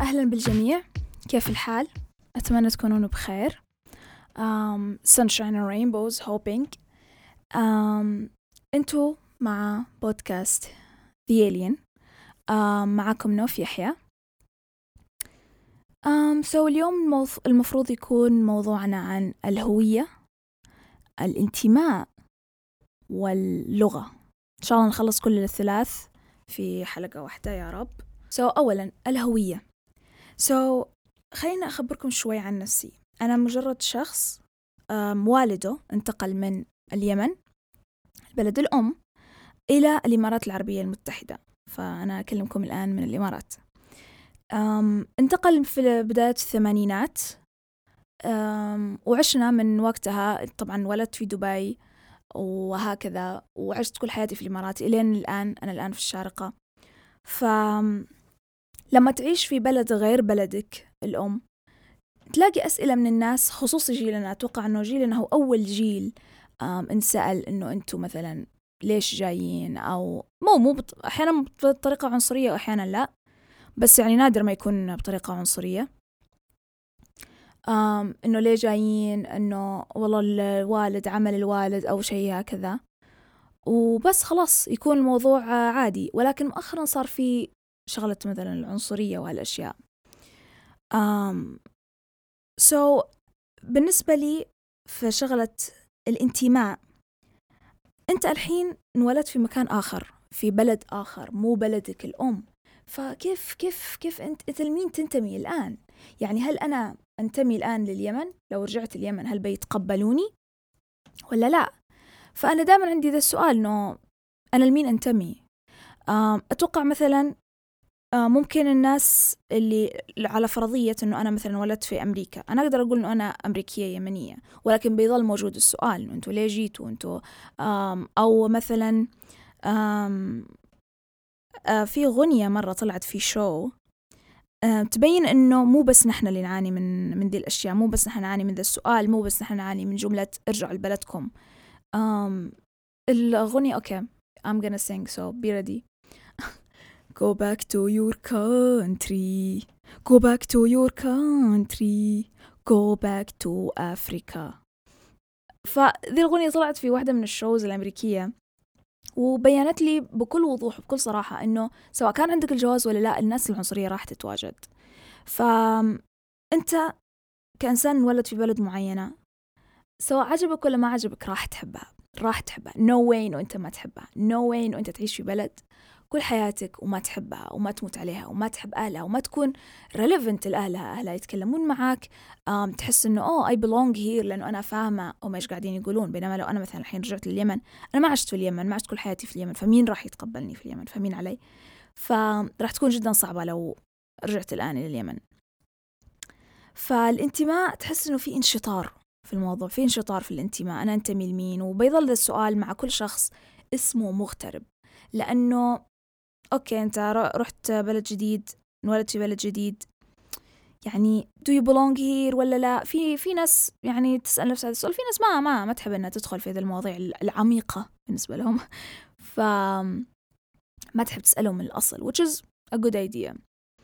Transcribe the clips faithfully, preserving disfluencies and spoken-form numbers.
أهلا بالجميع، كيف الحال؟ أتمنى تكونون بخير. um, Sunshine and Rainbows hoping. um, أنتو مع بودكاست The Alien. um, معكم نوف يحيى. um, so اليوم الموض... المفروض يكون موضوعنا عن الهوية، الانتماء واللغة. إن شاء الله نخلص كل الثلاث في حلقة واحدة يا رب. so أولا الهوية. so خلينا أخبركم شوي عن نفسي. أنا مجرد شخص والده انتقل من اليمن بلد الأم إلى الإمارات العربية المتحدة، فأنا أكلمكم الآن من الإمارات. انتقل في بداية الثمانينات، وعشنا من وقتها. طبعا ولدت في دبي وهكذا، وعشت كل حياتي في الإمارات إلين الآن. أنا الآن في الشارقة. فلما تعيش في بلد غير بلدك الأم تلاقي أسئلة من الناس، خصوصي جيلنا. أتوقع أنه جيلنا هو أول جيل انسأل أنه أنتم مثلا ليش جايين، أو مو مو بط... أحيانا بطريقة عنصرية وأحيانا لا، بس يعني نادر ما يكون بطريقة عنصرية. أم أنه ليه جايين، أنه والله الوالد عمل الوالد أو شيء هكذا، وبس خلاص يكون الموضوع عادي. ولكن مؤخرا صار في شغلة مثلا العنصرية وهالأشياء. أم so بالنسبة لي في شغلة الانتماء، أنت الحين انولدت في مكان آخر، في بلد آخر مو بلدك الأم. فكيف كيف كيف أنت أنت لمين تنتمي الآن؟ يعني هل أنا أنتمي الآن لليمن؟ لو رجعت اليمن هل بيتقبلوني ولا لا؟ فأنا دائما عندي ذا السؤال، إنه أنا لمين أنتمي؟ أتوقع مثلا ممكن الناس اللي على فرضية أنه أنا مثلا ولدت في أمريكا، أنا أقدر أقول أنه أنا أمريكية يمنية، ولكن بيظل موجود السؤال أنه أنتوا ليه جيتوا أنتوا. أو مثلا في غنية مرة طلعت في شو تبين أنه مو بس نحن اللي نعاني من من دي الأشياء، مو بس نحن نعاني من ذا السؤال، مو بس نحن نعاني من جملة ارجعوا لبلدكم. الغنية أوكي I'm gonna sing so be ready. Go back to your country, go back to your country, go back to Africa. فذي الأغنية طلعت في واحدة من الشوز الأمريكية، وبيانت لي بكل وضوح وبكل صراحة إنه سواء كان عندك الجواز ولا لا، الناس العنصرية راح تتواجد. فأنت كإنسان ولد في بلد معينة، سواء عجبك ولا ما عجبك راح تحبها، راح تحبها. no way إنه أنت ما تحبها، no way إنه أنت تعيش في بلد كل حياتك وما تحبها وما تموت عليها وما تحب أهلها وما تكون relevant لأهلها. أهلها يتكلمون معك، تحس إنه oh I belong here لأنه أنا فاهمة هم إيش قاعدين يقولون. بينما لو أنا مثلا الحين رجعت لليمن، أنا ما عشت في اليمن، ما عشت كل حياتي في اليمن، فمين راح يتقبلني في اليمن؟ فمين علي؟ فراح تكون جدا صعبة لو رجعت الآن إلى اليمن. فالانتماء تحس إنه في انشطار في الموضوع، في انشطار في الانتماء. أنا أنتمي لمين؟ وبيظل ذا السؤال مع كل شخص اسمه مغترب، لأنه أوكي أنت رحت بلد جديد، انولدت في بلد جديد، يعني do you belong here ولا لا؟ في في ناس يعني تسأل نفسها هذا السؤال، في ناس ما ما ما تحب إنها تدخل في هذه المواضيع العميقة بالنسبة لهم، فما تحب تسألهم من الأصل which is a good idea.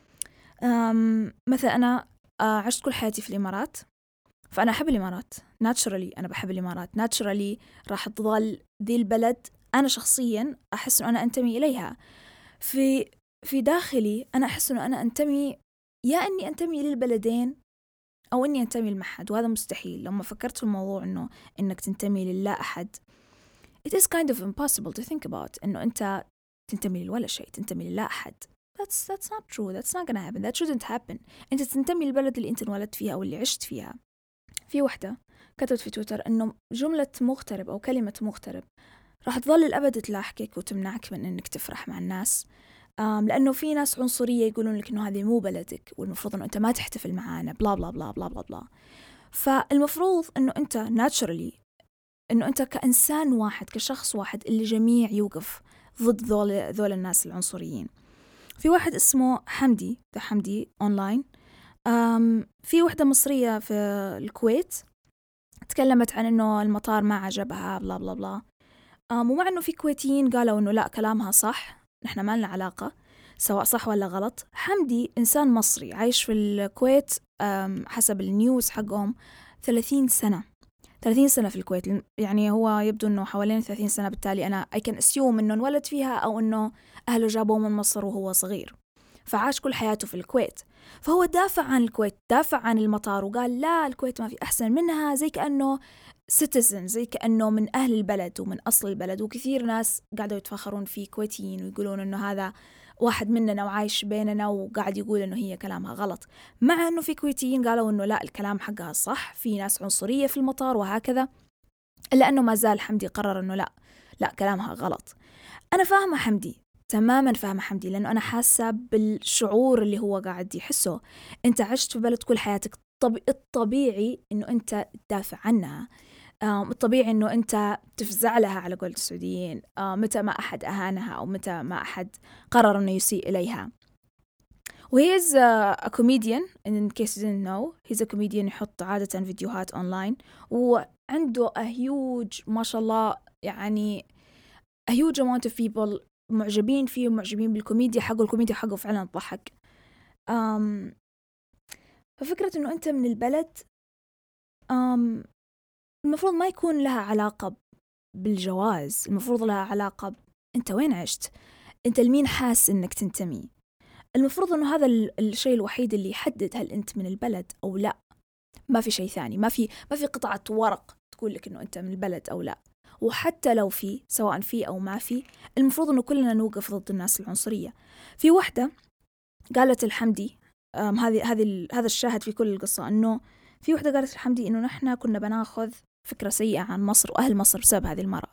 مثلا أنا عشت كل حياتي في الإمارات، فأنا أحب الإمارات naturally. أنا بحب الإمارات naturally، راح تظل ذي البلد أنا شخصيا أحس إنه أنا أنتمي إليها. في في داخلي أنا أحس إنه أنا أنتمي، يا أني أنتمي للبلدين أو أني أنتمي لمحد، وهذا مستحيل. لما فكرت في الموضوع إنه إنك تنتمي للا أحد، it is kind of impossible to think about إنه أنت تنتمي لولا شيء، تنتمي للا أحد. that's that's not true, that's not gonna happen, that shouldn't happen. أنت تنتمي للبلد اللي أنت انولدت فيها أو اللي عشت فيها. في وحدة كتبت في تويتر إنه جملة مغترب أو كلمة مغترب راح تظل الأبد تلاحقك وتمنعك من إنك تفرح مع الناس، لأنه في ناس عنصرية يقولون لك إنه هذه مو بلدك والمفروض إنه أنت ما تحتفل معانا بلا بلا بلا بلا بلا بلا. فالمفروض إنه أنت naturally إنه أنت كإنسان واحد، كشخص واحد، اللي جميع يوقف ضد ذول ذول الناس العنصريين. في واحد اسمه حمدي، ده حمدي أونلاين. في وحدة مصرية في الكويت تكلمت عن إنه المطار ما عجبها بلا بلا بلا، ومع إنه في كويتيين قالوا إنه لا كلامها صح، نحن ما لنا علاقة. سواء صح ولا غلط. حمدي إنسان مصري عايش في الكويت حسب النيوز حقهم ثلاثين سنة ثلاثين سنة في الكويت. يعني هو يبدو أنه حوالين ثلاثين سنة، بالتالي أنا I can assume أنه انولد فيها أو أنه أهله جابوه من مصر وهو صغير، فعاش كل حياته في الكويت. فهو دافع عن الكويت، دافع عن المطار، وقال لا الكويت ما في أحسن منها، زي كأنه citizen، زي كأنه من أهل البلد ومن أصل البلد. وكثير ناس قاعدوا يتفاخرون فيه كويتيين ويقولون أنه هذا واحد مننا وعايش بيننا، وقاعد يقول أنه هي كلامها غلط، مع أنه في كويتيين قالوا أنه لا الكلام حقها صح، في ناس عنصرية في المطار وهكذا، إلا أنه ما زال حمدي قرر أنه لا لا كلامها غلط. أنا فاهمة حمدي تماما، فاهمة حمدي، لأنه أنا حاسة بالشعور اللي هو قاعد يحسه. أنت عشت في بلد كل حياتك، طب الطبيعي أنه أنت تدافع عنها، الطبيعي أنه أنت تفزع لها على قول السعوديين متى ما أحد أهانها أو متى ما أحد قرر أنه يسيء إليها. وهي is a comedian in case you didn't know. he's a comedian يحط عادة فيديوهات أونلاين، وعنده a huge ما شاء الله يعني a huge amount of people معجبين فيه ومعجبين بالكوميديا حقه. الكوميديا حقه فعلا تضحك. أم ففكرة أنه أنت من البلد أم المفروض ما يكون لها علاقة بالجواز، المفروض لها علاقة ب... أنت وين عشت، أنت لمين حاس أنك تنتمي. المفروض أنه هذا الشيء الوحيد اللي يحدد هل أنت من البلد أو لا، ما في شيء ثاني، ما في ما في قطعة ورق تقول لك أنه أنت من البلد أو لا. وحتى لو في، سواء في أو ما في، المفروض أنه كلنا نوقف ضد الناس العنصرية. في واحدة قالت الحمدي هذه هذه هذا الشاهد في كل القصة، أنه في واحدة قالت الحمدي أنه نحن كنا بناخذ فكرة سيئة عن مصر وأهل مصر بسبب هذه المرأة،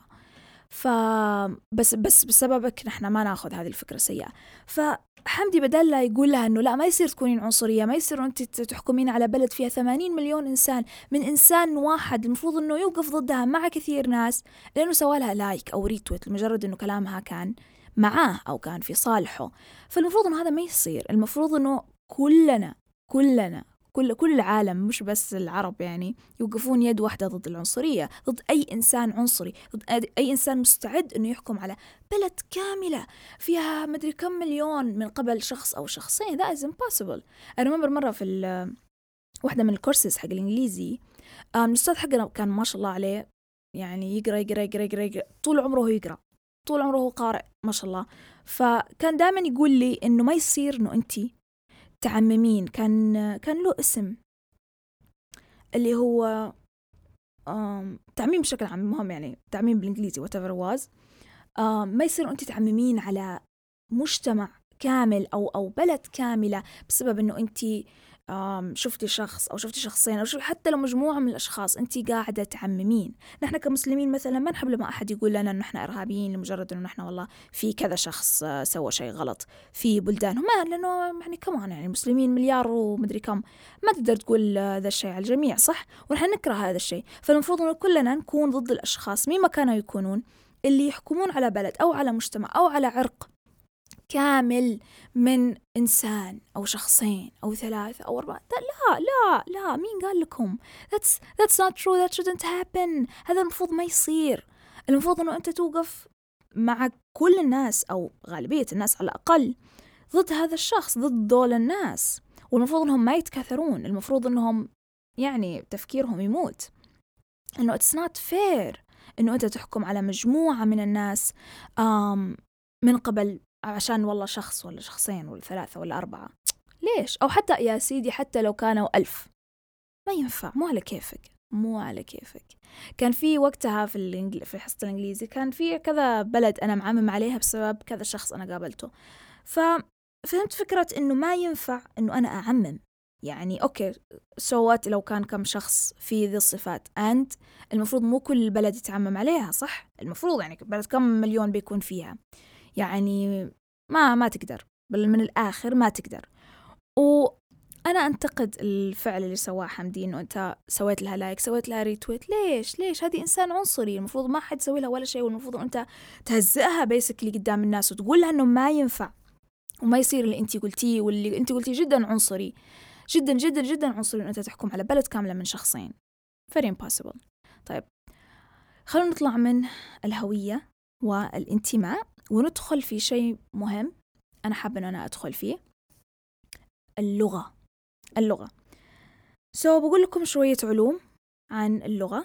فبس بس بسببك نحن ما ناخذ هذه الفكرة السيئة. فحمدي بدل لا يقول لها أنه لا ما يصير تكونين عنصرية، ما يصير أنت تحكمين على بلد فيها ثمانين مليون إنسان من إنسان واحد، المفروض أنه يوقف ضدها مع كثير ناس، لأنه سوى لها لايك أو ريتويت لمجرد أنه كلامها كان معاه أو كان في صالحه. فالمفروض أنه هذا ما يصير. المفروض أنه كلنا كلنا كل كل العالم مش بس العرب يعني يوقفون يد واحدة ضد العنصرية، ضد أي إنسان عنصري، ضد أي إنسان مستعد إنه يحكم على بلد كاملة فيها مدري كم مليون من قبل شخص أو شخصين. that is impossible. أنا مرة مرة في واحدة من الكورسز حق الإنجليزي، الأستاذ حقنا كان ما شاء الله عليه يعني يقرأ يقرأ يقرأ يقرأ, يقرأ. طول عمره هو يقرأ، طول عمره هو قارئ ما شاء الله. فكان دائما يقول لي إنه ما يصير إنه أنتي تعممين. كان كان له اسم اللي هو تعميم بشكل عام، مهم يعني تعميم بالإنجليزي whatever was. ما يصير أنت تعممين على مجتمع كامل أو أو بلد كاملة بسبب إنه أنت شفتي شخص أو شفتي شخصين أو حتى لو مجموعة من الأشخاص أنت قاعدة تعممين. نحن كمسلمين مثلا ما نحب لما أحد يقول لنا إنه نحن إرهابيين لمجرد إنه نحن والله في كذا شخص سوى شيء غلط في بلدانهم، ما لأنه يعني كمان يعني مسلمين مليار ومدري كم، ما تقدر تقول ذا الشيء على الجميع صح، ونحن نكره هذا الشيء. فالمفروض إنه كلنا نكون ضد الأشخاص مين ما كانوا يكونون اللي يحكمون على بلد أو على مجتمع أو على عرق كامل من إنسان أو شخصين أو ثلاثة أو أربعة. لا لا لا مين قال لكم؟ that's that's not true, that shouldn't happen. هذا المفروض ما يصير. المفروض أنه أنت توقف مع كل الناس أو غالبية الناس على الأقل ضد هذا الشخص، ضد دول الناس، والمفروض أنهم ما يتكاثرون. المفروض أنهم يعني تفكيرهم يموت. أنه it's not fair أنه أنت تحكم على مجموعة من الناس من قبل عشان والله شخص ولا شخصين ولا ثلاثة ولا أربعة. ليش؟ أو حتى يا سيدي حتى لو كانوا ألف ما ينفع، مو على كيفك مو على كيفك. كان في وقتها في الإنجل... في حصة الإنجليزي كان في كذا بلد أنا معمم عليها بسبب كذا شخص أنا قابلته، ففهمت فكرة إنه ما ينفع إنه أنا أعمم. يعني أوكي سوات لو كان كم شخص في ذي الصفات أنت المفروض مو كل البلد يتعمم عليها صح، المفروض يعني بلد كم مليون بيكون فيها، يعني ما ما تقدر، بل من الآخر ما تقدر. وأنا أنتقد الفعل اللي سواه حمدي إنه أنت سويت لها لايك سويت لها ريتويت. ليش ليش هذه إنسان عنصري، المفروض ما حد يسوي لها ولا شيء، والمفروض أنت تهزئها بيسكلي قدام الناس وتقول لها إنه ما ينفع وما يصير اللي أنت قلتيه، واللي أنت قلتيه جدا عنصري جدا جدا جدا عنصري إنه أنت تحكم على بلد كاملة من شخصين. very impossible. طيب خلونا نطلع من الهوية والانتماء وندخل في شيء مهم أنا حابة أن أنا أدخل فيه، اللغة اللغة سو so, بقول لكم شوية علوم عن اللغة.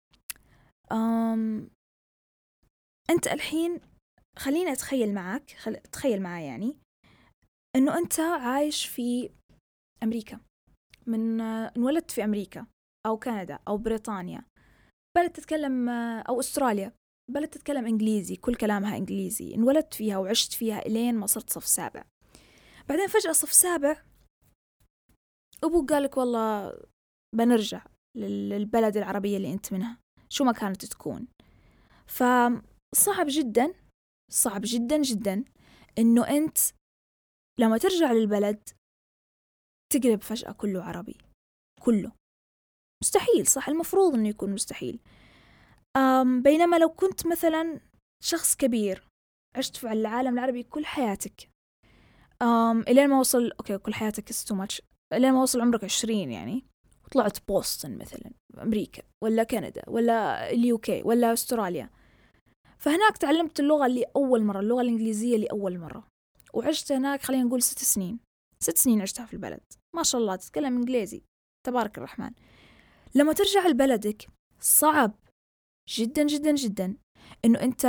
أم... أنت الحين خليني أتخيل معك خل... تخيل معي يعني أنه أنت عايش في أمريكا، من انولدت في أمريكا أو كندا أو بريطانيا، بلد تتكلم، أو أستراليا، بلد تتكلم إنجليزي، كل كلامها إنجليزي، انولدت فيها وعشت فيها إلين ما صرت صف سابع. بعدين فجأة صف سابع أبوك قالك والله بنرجع للبلد العربية اللي أنت منها، شو ما كانت تكون. فصعب جدا صعب جدا جدا إنه أنت لما ترجع للبلد تقلب فجأة كله عربي، كله مستحيل، صح؟ المفروض إنه يكون مستحيل. أم بينما لو كنت مثلا شخص كبير عشت في العالم العربي كل حياتك، أم إلين ما وصل أوكي كل حياتك is too much، إلين ما وصل عمرك عشرين يعني، وطلعت بوسطن مثلا أمريكا ولا كندا ولا اليوكي ولا أستراليا، فهناك تعلمت اللغة اللي أول مرة، اللغة الإنجليزية اللي أول مرة، وعشت هناك خلينا نقول ست سنين ست سنين عشتها في البلد، ما شاء الله تتكلم إنجليزي تبارك الرحمن. لما ترجع لبلدك صعب جدا جدا جدا إنه أنت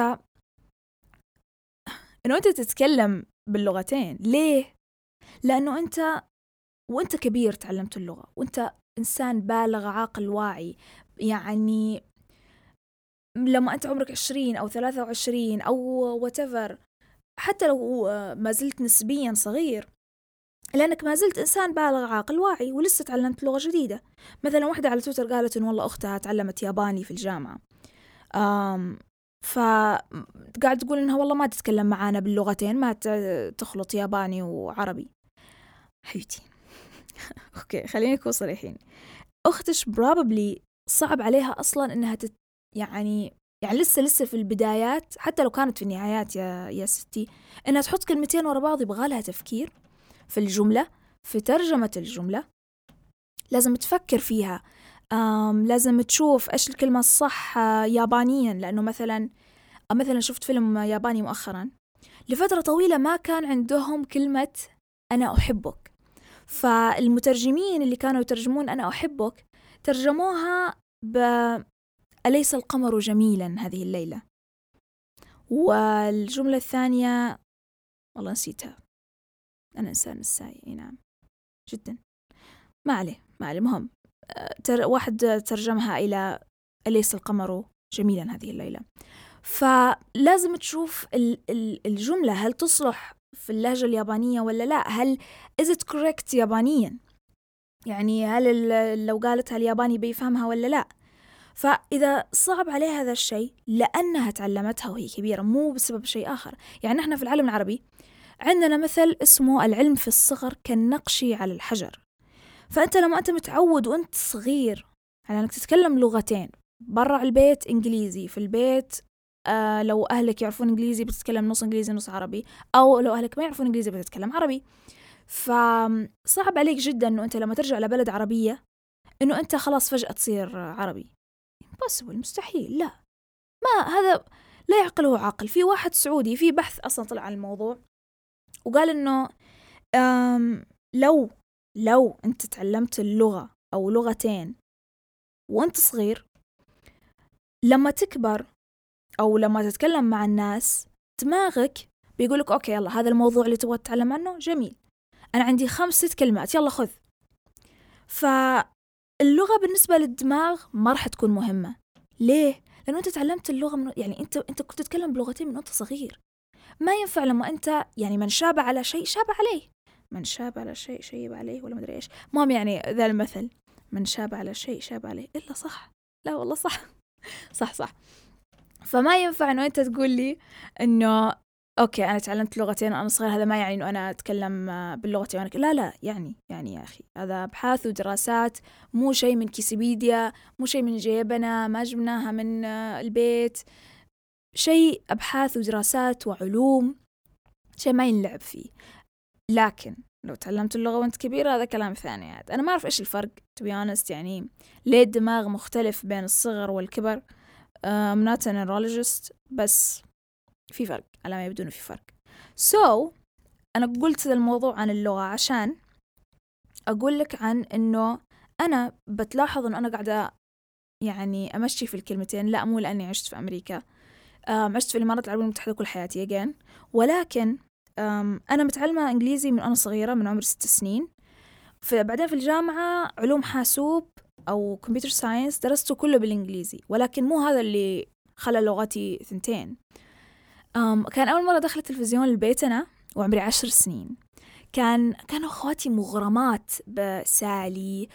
إنه أنت تتكلم باللغتين. ليه؟ لأنه أنت وأنت كبير تعلمت اللغة، وأنت إنسان بالغ عاقل واعي، يعني لما أنت عمرك عشرين أو ثلاثة وعشرين أو whatever، حتى لو ما زلت نسبيا صغير، لأنك ما زلت إنسان بالغ عاقل واعي ولسه تعلمت لغة جديدة. مثلا واحدة على تويتر قالت إن والله أختها تعلمت ياباني في الجامعة، أم فقاعد تقول إنها والله ما تتكلم معانا باللغتين، ما تخلط ياباني وعربي. حبيبتي أوكي خلينا نكون صريحين، أختش probably صعب عليها أصلا إنها تت يعني يعني لسه لسه في البدايات، حتى لو كانت في النهايات يا يا ستي، إنها تحط كلمتين ورا بعض يبغى لها تفكير في الجملة، في ترجمة الجملة، لازم تفكر فيها، أم لازم تشوف إيش الكلمة الصح يابانيا، لأنه مثلا مثلا شفت فيلم ياباني مؤخرا، لفترة طويلة ما كان عندهم كلمة أنا أحبك، فالمترجمين اللي كانوا يترجمون أنا أحبك ترجموها ب أليس القمر جميلا هذه الليلة، والجملة الثانية والله نسيتها، أنا إنسان نساي، نعم جدا، ما عليه ما عليه مهم، تر... واحد ترجمها إلى أليس القمر جميلا هذه الليلة. فلازم تشوف الجملة هل تصلح في اللهجة اليابانية ولا لا، هل is it correct يابانيا، يعني هل لو قالتها الياباني بيفهمها ولا لا. فإذا صعب عليها هذا الشيء لأنها تعلمتها وهي كبيرة، مو بسبب شيء آخر. يعني نحن في العالم العربي عندنا مثل اسمه العلم في الصغر كالنقش على الحجر، فأنت لما أنت متعود وأنت صغير على أنك تتكلم لغتين، برا البيت إنجليزي، في البيت آه لو أهلك يعرفون إنجليزي بتتكلم نص إنجليزي نص عربي، أو لو أهلك ما يعرفون إنجليزي بتتكلم عربي، فصعب عليك جدا أنه أنت لما ترجع لبلد عربية أنه أنت خلاص فجأة تصير عربي. impossible، مستحيل، لا، ما هذا لا يعقله عاقل. في واحد سعودي في بحث أصلا طلع عن الموضوع وقال أنه لو لو أنت تعلمت اللغة أو لغتين وأنت صغير، لما تكبر أو لما تتكلم مع الناس دماغك بيقولك أوكي يلا هذا الموضوع اللي تبغى تتعلم عنه جميل، أنا عندي خمس ست كلمات يلا خذ. فاللغة بالنسبة للدماغ ما راح تكون مهمة. ليه؟ لأنه أنت تعلمت اللغة من يعني أنت أنت كنت تتكلم بلغتين من وأنت صغير. ما ينفع لما أنت يعني من شاب على شيء شاب عليه، من شاب على شيء شيب عليه ولا مدري إيش، مهم يعني ذا المثل، من شاب على شيء شاب عليه، إلا صح؟ لا والله صح صح صح. فما ينفع إنه أنت تقول لي إنه أوكي أنا تعلمت لغتين وأنا صغير، هذا ما يعني إنه أنا أتكلم باللغتين وأنا ك... لا لا يعني يعني يا أخي هذا أبحاث ودراسات، مو شيء من كيسيبيديا، مو شيء من جيبنا ما جبناها من البيت، شيء أبحاث ودراسات وعلوم، شيء ما ينلعب فيه. لكن لو تعلمت اللغة وأنت كبير هذا كلام ثاني عاد. أنا ما أعرف إيش الفرق to be honest، يعني ليه الدماغ مختلف بين الصغر والكبر. I'm not a neurologist بس في فرق على ما يبدو إنه في فرق. so أنا قلت ذا الموضوع عن اللغة عشان أقول لك عن إنه أنا بتلاحظ إنه أنا قاعدة يعني أمشي في الكلمتين. لا مو لأني عشت في أمريكا، عشت في الإمارات العربية المتحدة كل حياتي again، ولكن أنا متعلمة إنجليزي من أنا صغيرة، من عمر ست سنين. فبعدين في الجامعة علوم حاسوب أو كمبيوتر ساينس درسته كله بالإنجليزي، ولكن مو هذا اللي خلى لغتي ثنتين. كان أول مرة دخلت التلفزيون لبيتنا وعمري عشر سنين. كان كانوا أخواتي مغرمات بسالي،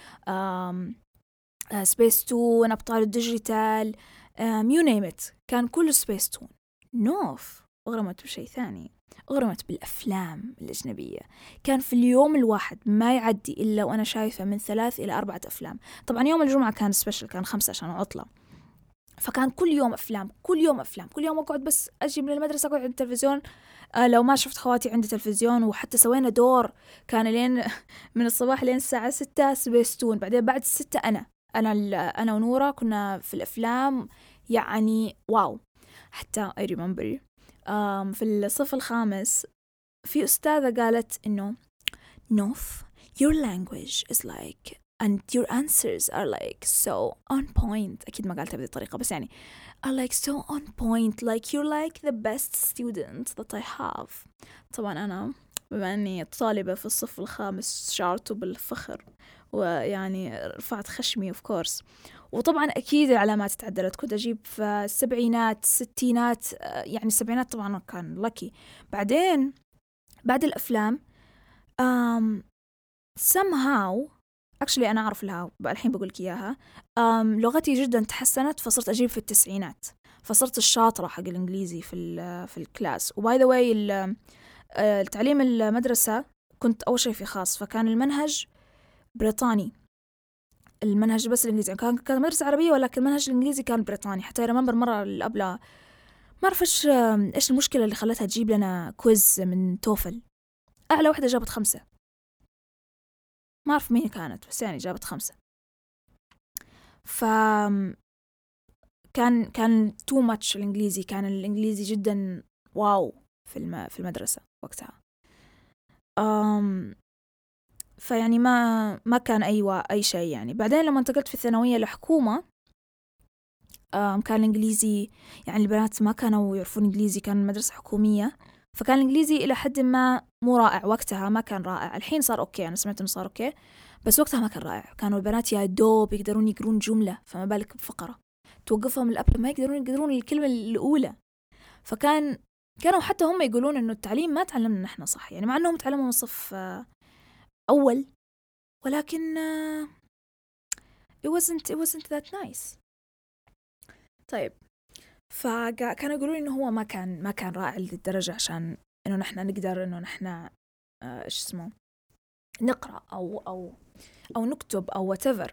سبيس تون، أبطال الديجيتال، يو نيم إت، كان كله سبيس تون. نوف أغرمت بشيء ثاني، أغرمت بالأفلام الأجنبية. كان في اليوم الواحد ما يعدي إلا وأنا شايفة من ثلاث إلى أربعة أفلام. طبعا يوم الجمعة كان سبيشل، كان خمسة عشان عطلة، فكان كل يوم أفلام كل يوم أفلام كل يوم. أقعد بس أجي من المدرسة أقعد عند التلفزيون. آه لو ما شفت خواتي عندي تلفزيون، وحتى سوينا دور كان لين من الصباح لين الساعة ستة سبيستون، بعدين بعد الستة أنا أنا أنا ونورا كنا في الأفلام يعني واو. حتى I remember um, في الصف الخامس في أستاذة قالت إنه نوف your language is like and your answers are like so on point. أكيد ما قالتها بهذه الطريقة، بس يعني are like so on point, like you're like the best student that I have. طبعا أنا بما أني طالبة في الصف الخامس شعرت بالفخر، ويعني رفعت خشمي of course. وطبعا أكيد العلامات تعدلت، كنت أجيب في السبعينات الستينات، يعني السبعينات طبعا كان لكي. بعدين بعد الأفلام um, somehow actually أنا أعرف لها الحين بقولك إياها، um, لغتي جدا تحسنت، فصرت أجيب في التسعينات، فصرت الشاطرة حق الإنجليزي في في الكلاس. وباي ذا واي التعليم المدرسة كنت أول شيء في خاص، فكان المنهج بريطاني، المنهج بس الإنجليزي. كان كان مدرسة عربية ولكن المنهج الإنجليزي كان بريطاني. حتى ريمبر مرة اللي قبلها ما أعرف إيش إيش المشكلة اللي خلتها تجيب لنا كويز من توفل، أعلى واحدة جابت خمسة، ما أعرف مين كانت بس يعني جابت خمسة. ف كان كان تو ماتش الإنجليزي، كان الإنجليزي جدا واو في الم في المدرسة وقتها. أم فيعني ما ما كان أي أي شيء يعني. بعدين لما انتقلت في الثانوية لحكومة أم كان الإنجليزي يعني البنات ما كانوا يعرفون إنجليزي، كان مدرسة حكومية، فكان الإنجليزي إلى حد ما مو رائع وقتها، ما كان رائع. الحين صار أوكي، أنا سمعت إنه صار أوكي، بس وقتها ما كان رائع. كانوا البنات يا دوب يقدرون يقرون جملة، فما بالك بفقرة توقفهم الأب ما يقدرون يقدرون الكلمة الأولى. فكان كانوا حتى هم يقولون إنه التعليم ما تعلمنا نحن صح، يعني مع أنهم تعلموا من صف أول، ولكن it wasn't it wasn't that nice. طيب فكانوا يقولون إنه هو ما كان ما كان رائع للدرجة عشان إنه نحن نقدر إنه نحن إيش اسمه نقرأ أو أو أو نكتب أو whatever.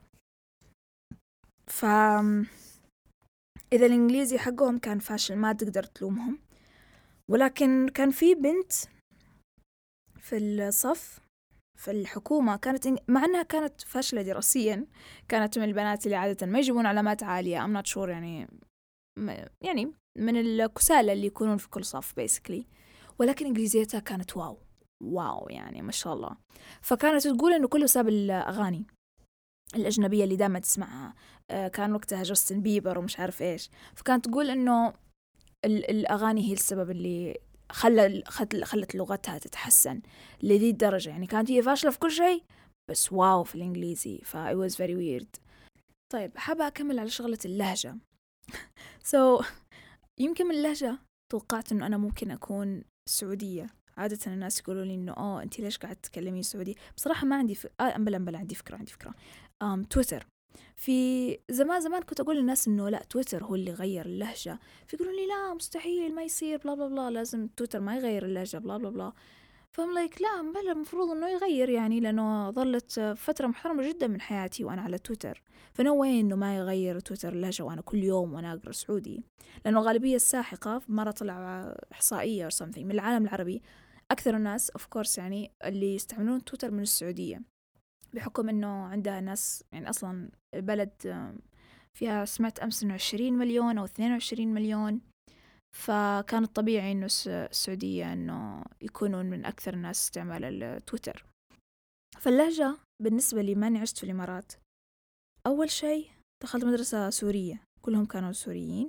ف إذا الإنجليزي حقهم كان فاشل ما تقدر تلومهم. ولكن كان في بنت في الصف في الحكومة كانت مع أنها كانت فاشلة دراسيا، كانت من البنات اللي عادة ما يجيبون علامات عالية I'm not sure، يعني يعني من الكسالى اللي يكونون في كل صف basically، ولكن إنجليزيتها كانت واو واو يعني ما شاء الله. فكانت تقول إنه كله سبب الأغاني الأجنبية اللي دائما تسمعها، كان وقتها جاستن بيبر ومش عارف إيش، فكانت تقول إنه الأغاني هي السبب اللي خلى خلت لغتها تتحسن لذي الدرجة. يعني كانت هي فاشلة في كل شيء بس واو في الإنجليزي، ف it was very weird. طيب حابة أكمل على شغلة اللهجة. so يمكن من اللهجة توقعت إنه أنا ممكن أكون سعودية. عادة الناس يقولوا لي إنه آه أنتي ليش قاعدة تتكلمي سعودي؟ بصراحة ما عندي ف... آه أمبلا أمبلا عندي فكرة عندي فكرة آم تويتر. في زمان زمان كنت أقول للناس إنه لا تويتر هو اللي غير اللهجة، فيقولون لي لا مستحيل ما يصير بلا بلا بلا، لازم تويتر ما يغير اللهجة بلا بلا بلا. فهم لايك لا بلا المفروض إنه يغير، يعني لأنه ظلت فترة محترمة جدا من حياتي وأنا على تويتر، فنو وين إنه ما يغير تويتر اللهجة وأنا كل يوم وأنا أقرأ سعودي. لأنه الغالبية الساحقة مرة طلع إحصائية or something من العالم العربي أكثر الناس of course يعني اللي يستعملون تويتر من السعودية، بحكم إنه عندها ناس يعني أصلا البلد فيها سمعت أمس إنه عشرين مليون أو اثنين وعشرين مليون، فكان الطبيعي إنه السعودية إنه يكونون من أكثر الناس استعمالا التويتر. فاللهجة بالنسبة لي ماني عشت في الإمارات، أول شيء دخلت مدرسة سورية كلهم كانوا سوريين،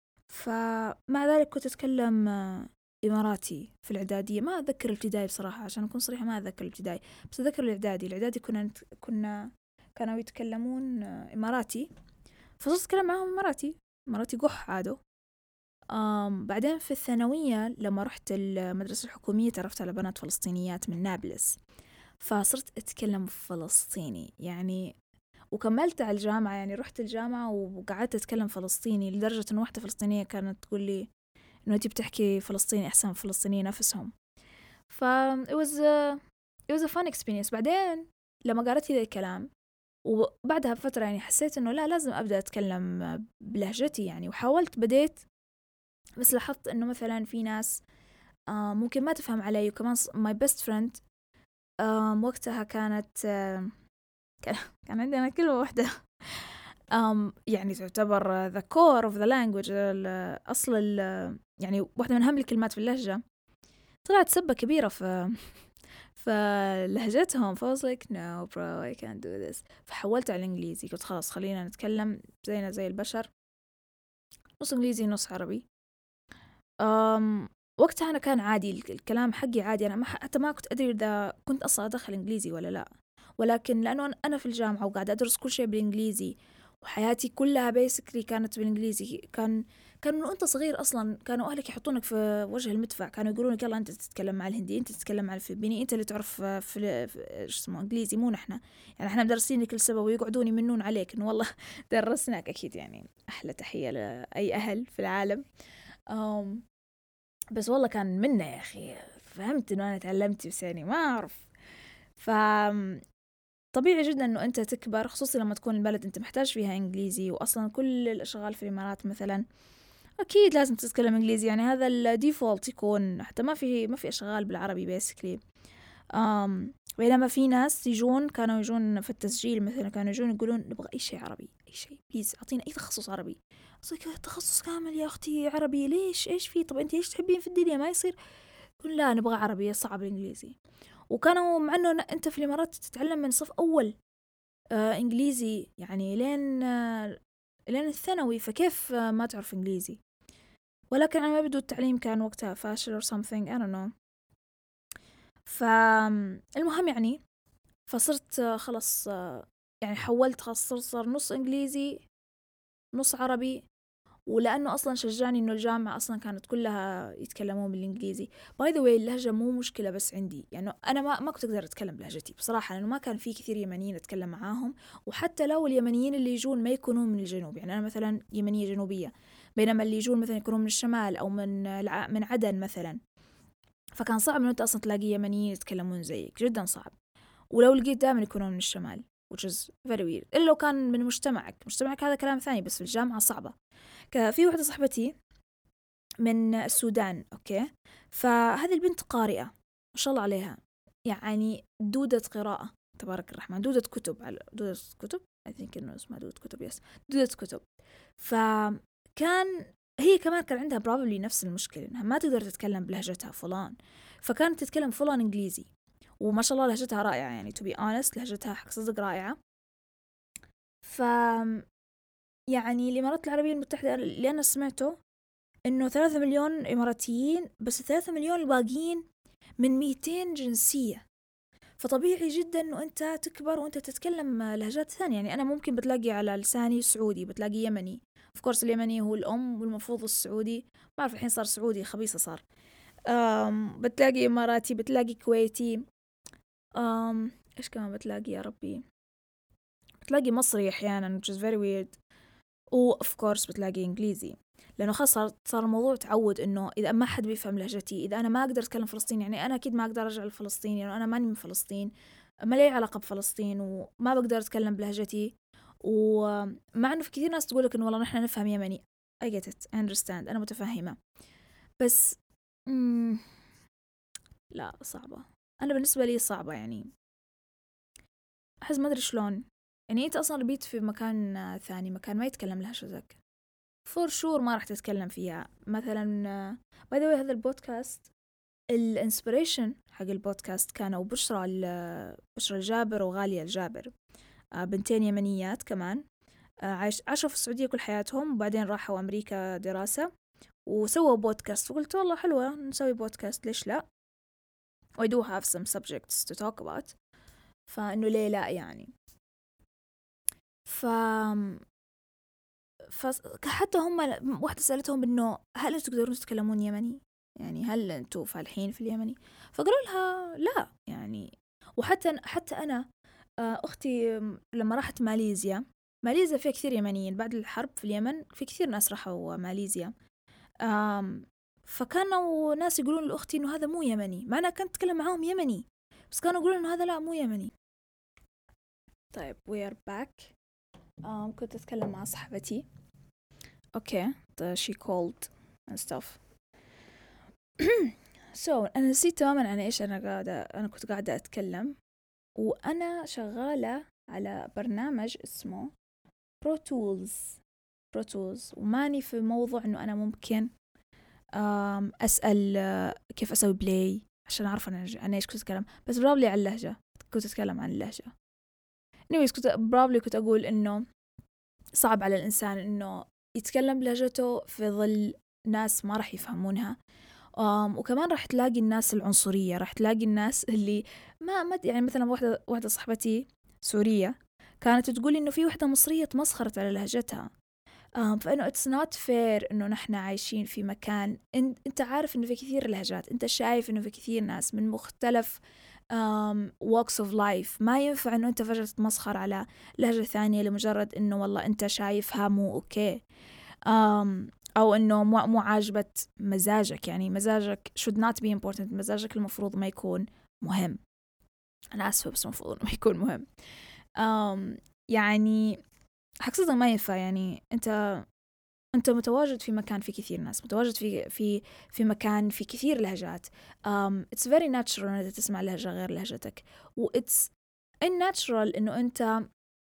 فمع ذلك كنت أتكلم إماراتي في الإعدادية. ما أتذكر الابتدائي بصراحة، عشان أكون صريحة ما أتذكر الابتدائي، بس أتذكر الإعدادي. الإعدادي كنا كنا كانوا يتكلمون إماراتي، فصرت أتكلم معهم إماراتي إماراتي قح عادوا. أم بعدين في الثانوية لما رحت المدرسة الحكومية تعرفت على بنات فلسطينيات من نابلس، فصرت أتكلم فلسطيني يعني. وكملت على الجامعة، يعني رحت الجامعة وقعدت أتكلم فلسطيني، لدرجة أن واحدة فلسطينية كانت تقول لي إنه أنتي بتحكي فلسطيني أحسن من الفلسطينيين نفسهم. ف it was a, it was a fun experience. بعدين لما قرأت ذا الكلام وبعدها بفترة يعني حسيت إنه لا، لازم أبدأ أتكلم بلهجتي يعني، وحاولت بديت، بس لاحظت إنه مثلا في ناس آه ممكن ما تفهم علي. وكمان my best friend آه وقتها كانت آه كان عندنا كلمة واحدة um, يعني تعتبر the core of the language، أصل ال يعني واحدة من أهم الكلمات في اللهجة، طلعت سبة كبيرة في فلهجتهم. ف I was like no bro I can't do this. فحولت على الإنجليزي، قلت خلاص خلينا نتكلم زينا زي البشر، نص إنجليزي نص عربي. um, وقتها أنا كان عادي الكلام حقي عادي، أنا ما حتى ما كنت أدري إذا كنت أصلا أدخل إنجليزي ولا لا، ولكن لأنه أنا في الجامعة وقاعدة أدرس كل شيء بالإنجليزي وحياتي كلها بيسكلي كانت بالإنجليزي، كان كان من وأنت صغير أصلا كانوا أهلك يحطونك في وجه المدفع، كانوا يقولونك يلا أنت تتكلم مع الهندي، أنت تتكلم مع الفلبيني، أنت اللي تعرف في, في إيش اسمه إنجليزي، مو نحنا. يعني إحنا مدرسين لكل سبب ويقعدون يمنون عليك إنه والله درسناك. أكيد يعني أحلى تحية لأي أهل في العالم. أم بس والله كان منا يا أخي، فهمت إنه أنا تعلمت بس يعني ما أعرف. ف طبيعي جدا إنه أنت تكبر، خصوصي لما تكون البلد أنت محتاج فيها إنجليزي، وأصلا كل الأشغال في الإمارات مثلا أكيد لازم تتكلم إنجليزي، يعني هذا الديفولت يكون، حتى ما في ما في أشغال بالعربي بيسكلي. أم بينما في ناس يجون كانوا يجون في التسجيل مثلا كانوا يجون يقولون نبغى أي شيء عربي، أي شيء بليز أعطينا أي تخصص عربي. أصلك تخصص كامل يا أختي عربي ليش؟ إيش فيه؟ طب أنت إيش تحبين في الدنيا؟ ما يصير. يقول لا نبغى عربي صعب الإنجليزي. وكانوا مع أنه أنت في الإمارات تتعلم من صف أول آه إنجليزي يعني لين آه لين الثانوي، فكيف آه ما تعرف إنجليزي؟ ولكن على ما يبدو التعليم كان وقتها فاشل or something I don't know. فالمهم يعني فصرت آه خلص آه يعني حولت خلاص، صار صار نص إنجليزي نص عربي. ولأنه أصلا شجعني إنه الجامعة أصلا كانت كلها يتكلمون بالإنجليزي. باي ذا واي اللهجة مو مشكلة بس عندي، يعني أنا ما ما كنت أقدر أتكلم بلهجتي بصراحة، لأنه ما كان في كثير يمنيين أتكلم معاهم، وحتى لو اليمنيين اللي يجون ما يكونون من الجنوب، يعني أنا مثلا يمنية جنوبية، بينما اللي يجون مثلا يكونون من الشمال أو من الع... من عدن مثلا، فكان صعب إنه أنت أصلا تلاقي يمنيين يتكلمون زيك، جدا صعب. ولو لقيت دائما يكونون من الشمال which is very weird، إلا لو كان من مجتمعك مجتمعك هذا كلام ثاني، بس في الجامعة صعبة. في واحدة صاحبتي من السودان أوكي، فهذه البنت قارئة ما شاء الله عليها، يعني دودة قراءة تبارك الرحمن، دودة كتب على دودة كتب I think إنه اسمها دودة كتب يس دودة كتب. فكان هي كمان كان عندها probably نفس المشكلة إنها ما تقدر تتكلم بلهجتها فلان، فكانت تتكلم فلان إنجليزي، وما شاء الله لهجتها رائعة يعني to be honest لهجتها حق صدق رائعة. ف يعني الإمارات العربية المتحدة اللي أنا سمعته إنه ثلاثة مليون إماراتيين، بس ثلاثة مليون الباقيين من مئتين جنسية، فطبيعي جدا إنه أنت تكبر وأنت تتكلم لهجات ثانية. يعني أنا ممكن بتلاقي على لساني سعودي، بتلاقي يمني of course اليمني هو الأم، والمفروض السعودي ما أعرف الحين صار سعودي خبيصة صار، أم بتلاقي إماراتي، بتلاقي كويتي، أم إيش كمان بتلاقي يا ربي، بتلاقي مصري أحيانا which is very weird، و of course بتلاقي إنجليزي، لأنه خلاص صار صار الموضوع تعود إنه إذا ما حد بيفهم لهجتي، إذا أنا ما أقدر أتكلم فلسطيني يعني أنا أكيد ما أقدر أرجع لفلسطين، يعني أنا ماني من فلسطين، ما لي علاقة بفلسطين، وما بقدر أتكلم بلهجتي. ومع إنه في كثير ناس تقولك إنه والله نحن نفهم يمني I get it I understand أنا متفهمة، بس مم... لا صعبة، أنا بالنسبة لي صعبة، يعني أحس ما أدري شلون، يعني أنت أصلا ربيت في مكان ثاني، مكان ما يتكلم لهجتك، فور شور ما راح تتكلم فيها. مثلا باي ذا واي هذا البودكاست الانسبريشن حق البودكاست كانوا بشرى بشرى الجابر وغالية الجابر، بنتين يمنيات كمان، عايش عاشوا في السعودية كل حياتهم وبعدين راحوا أمريكا دراسة وسووا بودكاست، وقلت والله حلوة نسوي بودكاست ليش لا. I do have some subjects to talk about، فإنه ليه لا يعني. ف فحتى هم واحدة سألتهم إنه هل أنتوا تقدرون تتكلمون يمني؟ يعني هل أنتوا فالحين في اليمني؟ فقالوا لها لا يعني. وحتى حتى أنا أختي لما راحت ماليزيا، ماليزيا فيها كثير يمنيين بعد الحرب في اليمن، في كثير ناس راحوا ماليزيا، فكانوا ناس يقولون لأختي إنه هذا مو يمني، ما أنا كنت أتكلم معاهم يمني بس كانوا يقولون إنه هذا لا مو يمني. طيب we are back. um, كنت أتكلم مع صاحبتي okay she called and stuff so أنا نسيت تماما عن إيش أنا قاعدة أنا كنت قاعدة أتكلم. وأنا شغالة على برنامج اسمه برو تولز برو تولز وماني في موضوع إنه أنا ممكن أسأل كيف أسوي بلاي عشان أعرف أنا أنا إيش كنت أتكلم، بس برابلي عن اللهجة كنت أتكلم عن اللهجة. anyways كنت برابلي كنت أقول إنه صعب على الإنسان إنه يتكلم بلهجته في ظل ناس ما راح يفهمونها. um, وكمان راح تلاقي الناس العنصرية، راح تلاقي الناس اللي ما ما يعني مثلا واحدة واحدة صاحبتي سورية كانت تقول إنه في واحدة مصرية تمسخرت على لهجتها. um, فإنه it's not fair إنه نحن عايشين في مكان إن أنت عارف إنه في كثير لهجات، أنت شايف إنه في كثير ناس من مختلف um, walks of life، ما ينفع إنه أنت فجأة تتمسخر على لهجة ثانية لمجرد إنه والله أنت شايفها مو أوكي um, أو إنه مو مو عاجبة مزاجك. يعني مزاجك should not be important، مزاجك المفروض ما يكون مهم. أنا آسفة بس المفروض ما يكون مهم. um, يعني حقيقة ما ينفع. يعني أنت أنت متواجد في مكان في كثير ناس، متواجد في في في مكان في كثير لهجات. um, it's very natural إن أنت تسمع لهجة غير لهجتك، و it's unnatural إنه أنت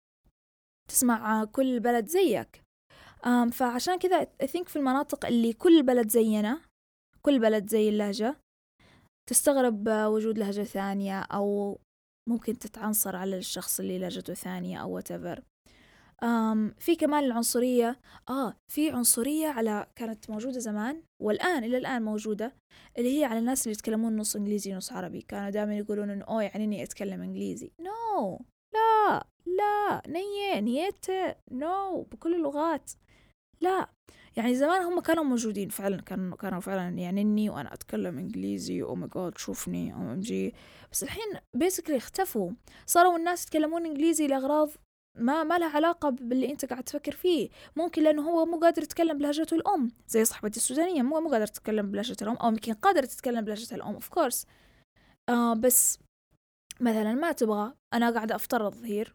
تسمع كل بلد زيك. um, فعشان كذا I think في المناطق اللي كل بلد زينا، كل بلد زي اللهجة، تستغرب وجود لهجة ثانية أو ممكن تتعنصر على الشخص اللي لهجته ثانية أو whatever. Um, في كمان العنصرية آه في عنصرية على كانت موجودة زمان والآن إلى الآن موجودة، اللي هي على الناس اللي يتكلمون نص إنجليزي نص عربي. كانوا دائما يقولون إنه أوه يعني إني أتكلم إنجليزي. no لا لا نية نيت no بكل اللغات لا. يعني زمان هم كانوا موجودين فعلا، كانوا كانوا فعلا يعني إني وأنا أتكلم إنجليزي أو ماي جاد شوفني أو إم جي. بس الحين بيسكلي اختفوا، صاروا الناس يتكلمون إنجليزي لأغراض ما ما لها علاقة باللي أنت قاعد تفكر فيه. ممكن لأنه هو مو قادر يتكلم بلهجته الأم، زي صاحبتي السودانية مو مو قادر تتكلم بلهجته الأم، أو يمكن قادرة تتكلم بلهجته الأم of course. آه بس مثلا ما تبغى، أنا قاعدة أفترض هير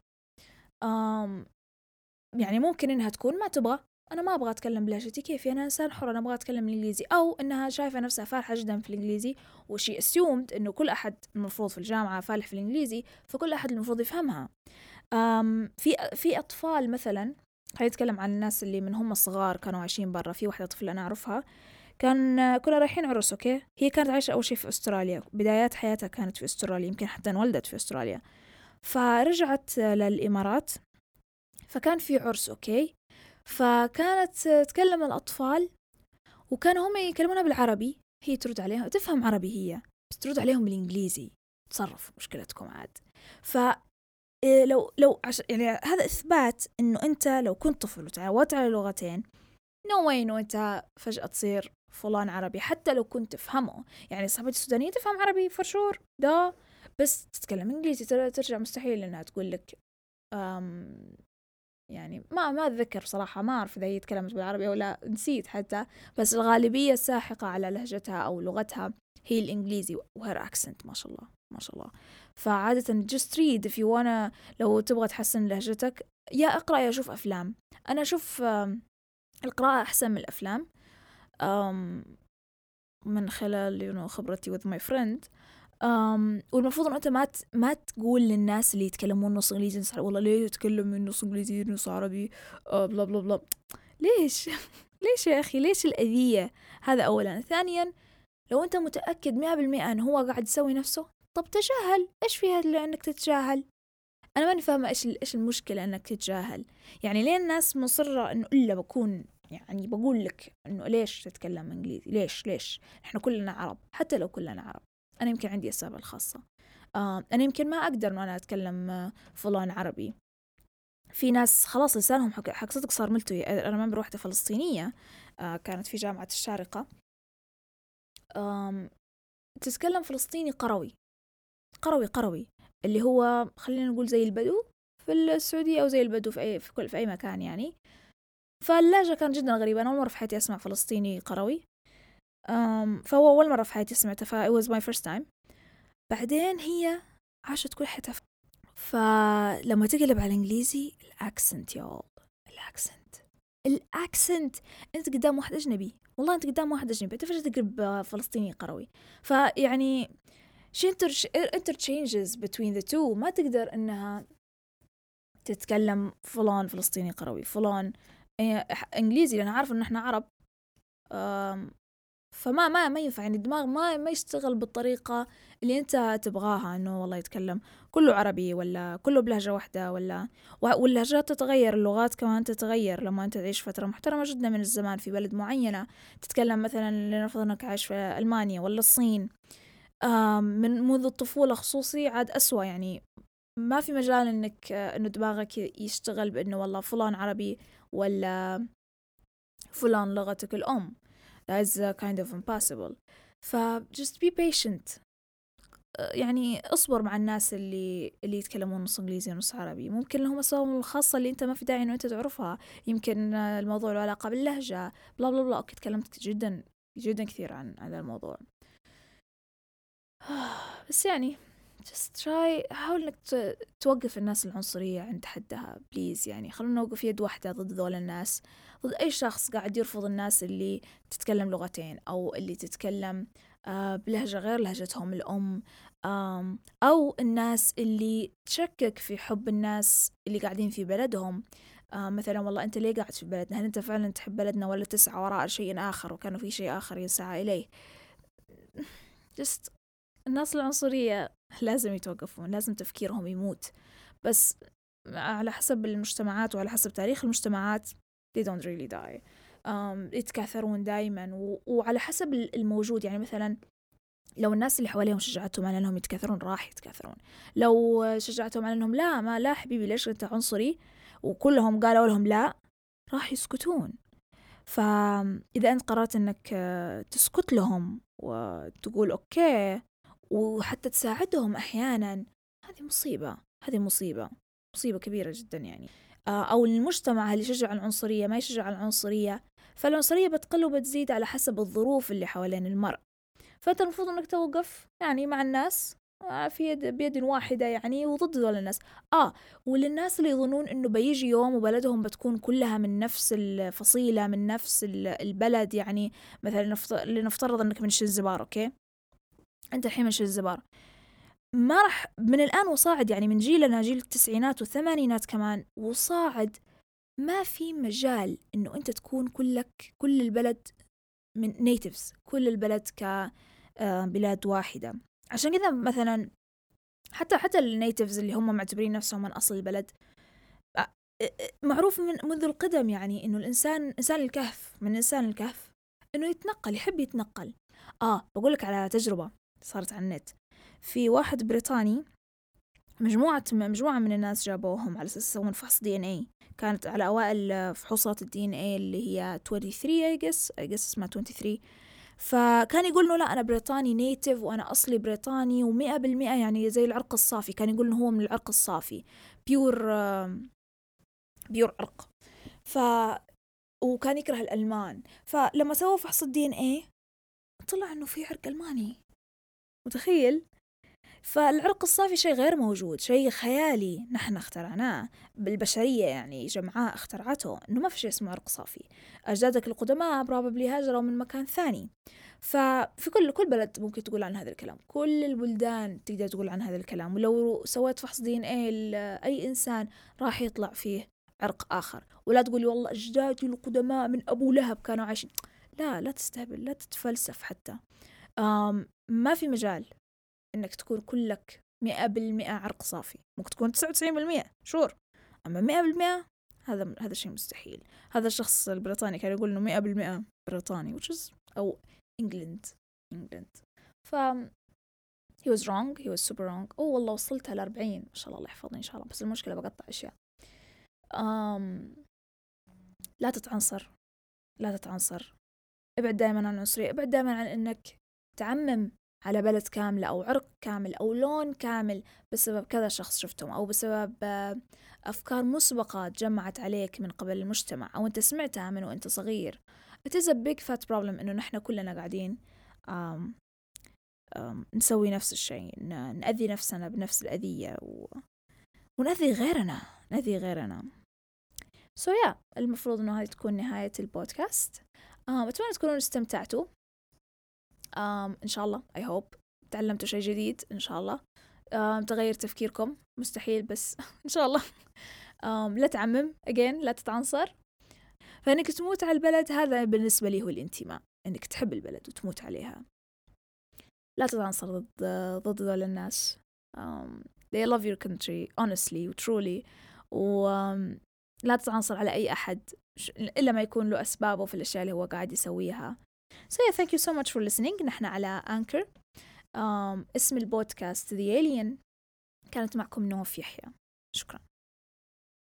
آم يعني ممكن إنها تكون ما تبغى، أنا ما أبغى أتكلم بلهجتي كيف، أنا إنسان حر أنا أبغى أتكلم الإنجليزي، أو إنها شايفة نفسها فالحة جدا في الإنجليزي وشي assumed إنه كل أحد المفروض في الجامعة فالح في الإنجليزي فكل أحد المفروض يفهمها. أم في في أطفال مثلا، خلينا نتكلم عن الناس اللي من هم صغار كانوا عايشين برا. في واحدة طفلة أنا أعرفها كان كنا رايحين عرس أوكي، هي كانت عايشة أول شيء في أستراليا، بدايات حياتها كانت في أستراليا، يمكن حتى انولدت في أستراليا، فرجعت للإمارات فكان في عرس أوكي، فكانت تكلم الأطفال وكانوا هم يكلمونها بالعربي، هي ترد عليها تفهم عربي هي بس ترد عليهم بالإنجليزي، تصرف مشكلتكم عاد. ف لو لو عش... يعني هذا إثبات إنه أنت لو كنت طفل وتعودت على لغتين no way إنه أنت فجأة تصير فلان عربي حتى لو كنت تفهمه. يعني صاحبتي السودانية تفهم عربي for sure ده، بس تتكلم إنجليزي ترجع مستحيل إنها تقول لك أم يعني ما ما أتذكر صراحة، ما أعرف إذا هي تكلمت بالعربي أو لا، نسيت حتى، بس الغالبية الساحقة على لهجتها أو لغتها هي الإنجليزي وهير أكسنت ما شاء الله ما شاء الله. فعادة just read if you wanna، لو تبغى تحسن لهجتك يا أقرأ يا أشوف أفلام. أنا أشوف القراءة أحسن من الأفلام من خلال خبرتي with my friend. Um, والمفروض أن أنت ما ما تقول للناس اللي يتكلمون نص إنجليزي نص والله ليه يتكلم من نص إنجليزي نص عربي uh, بلا بلا بلا. ليش ليش يا أخي؟ ليش الأذية؟ هذا أولا. ثانيا، لو أنت متأكد مئة بالمئة أنه هو قاعد يسوي نفسه، طب تجاهل. إيش في هذا أنك تتجاهل؟ أنا ماني فاهمة إيش إيش المشكلة أنك تتجاهل. يعني ليه الناس مصرة إنه إلا بكون، يعني بقول لك إنه ليش تتكلم إنجليزي؟ ليش ليش إحنا كلنا عرب. حتى لو كلنا عرب، أنا يمكن عندي أسباب الخاصة. آه أنا يمكن ما أقدر إنه أنا أتكلم آه فلان عربي. في ناس خلاص لسانهم حق, حق صدق صار ملتوي. أنا ما بروح واحدة فلسطينية آه كانت في جامعة الشارقة، آم تتكلم فلسطيني قروي قروي قروي اللي هو خلينا نقول زي البدو في السعودية أو زي البدو في أي في كل في أي مكان يعني. فاللهجة كان جدا غريبة. أنا أول مرة في حياتي أسمع فلسطيني قروي، أم فهو أول مرة في حياتي سمعته، ف it was my first time. بعدين هي عاشت كل حياتها. فلما تقلب على الإنجليزي، الأكسنت يا الأكسنت الأكسنت أنت قدام واحد أجنبي، والله أنت قدام واحد أجنبي، أنت فجأة تقلب فلسطيني قروي. فيعني شي interchanges between the two. ما تقدر إنها تتكلم فلان فلسطيني قروي، فلان إنجليزي، لأن عارف إن إحنا عرب. فما ما ما ينفع، يعني الدماغ ما ما يشتغل بالطريقة اللي أنت تبغاها، إنه والله يتكلم كله عربي ولا كله بلهجة واحدة، ولا واللهجات تتغير، اللغات كمان تتغير. لما أنت تعيش فترة محترمة جدا من الزمان في بلد معينة، تتكلم مثلا لنفرض أنك عايش في ألمانيا ولا الصين، من منذ الطفولة خصوصي عاد أسوأ. يعني ما في مجال إنك إنه دماغك يشتغل بإنه والله فلان عربي ولا فلان لغتك الأم. that is kind of impossible. ف just be patient. يعني اصبر مع الناس اللي اللي يتكلمون نص إنجليزي ونص عربي. ممكن لهم أسبابهم الخاصة اللي أنت ما في داعي إنه أنت تعرفها. يمكن الموضوع له علاقة باللهجة، بلا بلا بلا. أوكي، تكلمت جدا جدا كثير عن هذا الموضوع. بس يعني just try، حاول إنك توقف الناس العنصرية عند حدها بليز. يعني خلونا نوقف يد واحدة ضد ذول الناس، ضد أي شخص قاعد يرفض الناس اللي تتكلم لغتين، أو اللي تتكلم آه بلهجة غير لهجتهم الأم، أو الناس اللي تشكك في حب الناس اللي قاعدين في بلدهم. آه مثلا والله أنت ليه قاعد في بلدنا؟ هل أنت فعلا تحب بلدنا ولا تسعى وراء شيء آخر وكانوا في شيء آخر يسعى إليه؟ just الناس العنصرية لازم يتوقفون، لازم تفكيرهم يموت. بس على حسب المجتمعات وعلى حسب تاريخ المجتمعات they don't really die. um, يتكاثرون دايما، وعلى حسب الموجود. يعني مثلا لو الناس اللي حواليهم شجعتهم على أنهم يتكاثرون راح يتكاثرون. لو شجعتهم على أنهم لا ما لا حبيبي ليش أنت عنصري، وكلهم قالوا لهم لا، راح يسكتون. فإذا أنت قررت أنك تسكت لهم وتقول أوكي وحتى تساعدهم أحيانا، هذه مصيبة، هذه مصيبة مصيبة كبيرة جدا. يعني أو المجتمع اللي يشجع العنصرية ما يشجع العنصرية، فالعنصرية بتقل وبتزيد على حسب الظروف اللي حوالين المرء. فأنت المفروض أنك توقف يعني مع الناس في يد بيد واحدة يعني، وضد ذول الناس. آه وللناس اللي يظنون إنه بيجي يوم وبلدهم بتكون كلها من نفس الفصيلة من نفس البلد، يعني مثلا لنفترض أنك من شنزبار، أوكي أنت الحين من شنزبار، ما رح من الآن وصاعد، يعني من جيلنا جيل التسعينات والثمانينات كمان وصاعد، ما في مجال إنه أنت تكون كلك كل البلد من نيتيفز، كل البلد كبلاد واحدة. عشان كذا مثلا حتى حتى النيتيفز اللي هم معتبرين نفسهم من أصل البلد، معروف من منذ القدم يعني إنه الإنسان إنسان الكهف من إنسان الكهف إنه يتنقل، يحب يتنقل. آه بقولك على تجربة صارت على النت. في واحد بريطاني، مجموعة مجموعة من الناس جابوهم على أساس يسوون فحص دي إن إيه. كانت على أوائل فحوصات الدي إن إيه اللي هي ثلاثة وعشرين I guess I guess اسمها ثلاثة وعشرين. فكان يقول إنه لا أنا بريطاني نيتيف وأنا أصلي بريطاني ومئة بالمئة يعني زي العرق الصافي. كان يقول إنه هو من العرق الصافي بيور بيور عرق. ف وكان يكره الألمان. فلما سووا فحص الدي إن إيه طلع إنه في عرق ألماني، متخيل؟ فالعرق الصافي شيء غير موجود، شيء خيالي نحن اخترعناه بالبشرية، يعني جمعاء اخترعته إنه ما في شيء اسمه عرق صافي. أجدادك القدماء probably هاجروا من مكان ثاني. ففي كل كل بلد ممكن تقول عن هذا الكلام، كل البلدان تقدر تقول عن هذا الكلام. ولو سويت فحص دي إن إيه لأي إنسان راح يطلع فيه عرق آخر، ولا تقولي والله أجدادي القدماء من أبو لهب كانوا عايشين. لا لا تستهبل، لا تتفلسف حتى. آم ما في مجال إنك تكون كلك مئة بالمئة عرق صافي. ممكن تكون تسعة وتسعين بالمئة شور، أما مئة بالمئة هذا هذا شيء مستحيل. هذا الشخص البريطاني كان يقول إنه مئة بالمئة بريطاني which is أو England England ف he was wrong he was super wrong. أوه والله وصلتها لأربعين ما شاء الله، الله يحفظني إن شاء الله، بس المشكلة بقطع أشياء. أم لا تتعنصر، لا تتعنصر، ابعد دائما عن العنصرية، ابعد دائما عن إنك تعمم على بلد كاملة أو عرق كامل أو لون كامل بسبب كذا شخص شفتهم، أو بسبب أفكار مسبقة تجمعت عليك من قبل المجتمع أو أنت سمعتها من وأنت صغير. It is a big fat problem إنه نحن كلنا قاعدين أم أم نسوي نفس الشيء، نأذي نفسنا بنفس الأذية و... ونأذي غيرنا نأذي غيرنا. so yeah المفروض إنه هذه تكون نهاية البودكاست. أم أتمنى تكونوا استمتعتوا. أم إن شاء الله I hope تعلمتوا شيء جديد إن شاء الله. أم تغير تفكيركم مستحيل، بس إن شاء الله. أم لا تعمم again، لا تتعنصر. فإنك تموت على البلد هذا بالنسبة لي هو الانتماء، إنك تحب البلد وتموت عليها. لا تتعنصر ضد ضد ذول الناس. um, they love your country honestly truly، ولا تتعنصر على أي أحد إلا ما يكون له أسبابه في الأشياء اللي هو قاعد يسويها. so yeah thank you so much for listening. نحن على Anchor. um, اسم البودكاست The Alien. كانت معكم نوف يحيى. شكرا.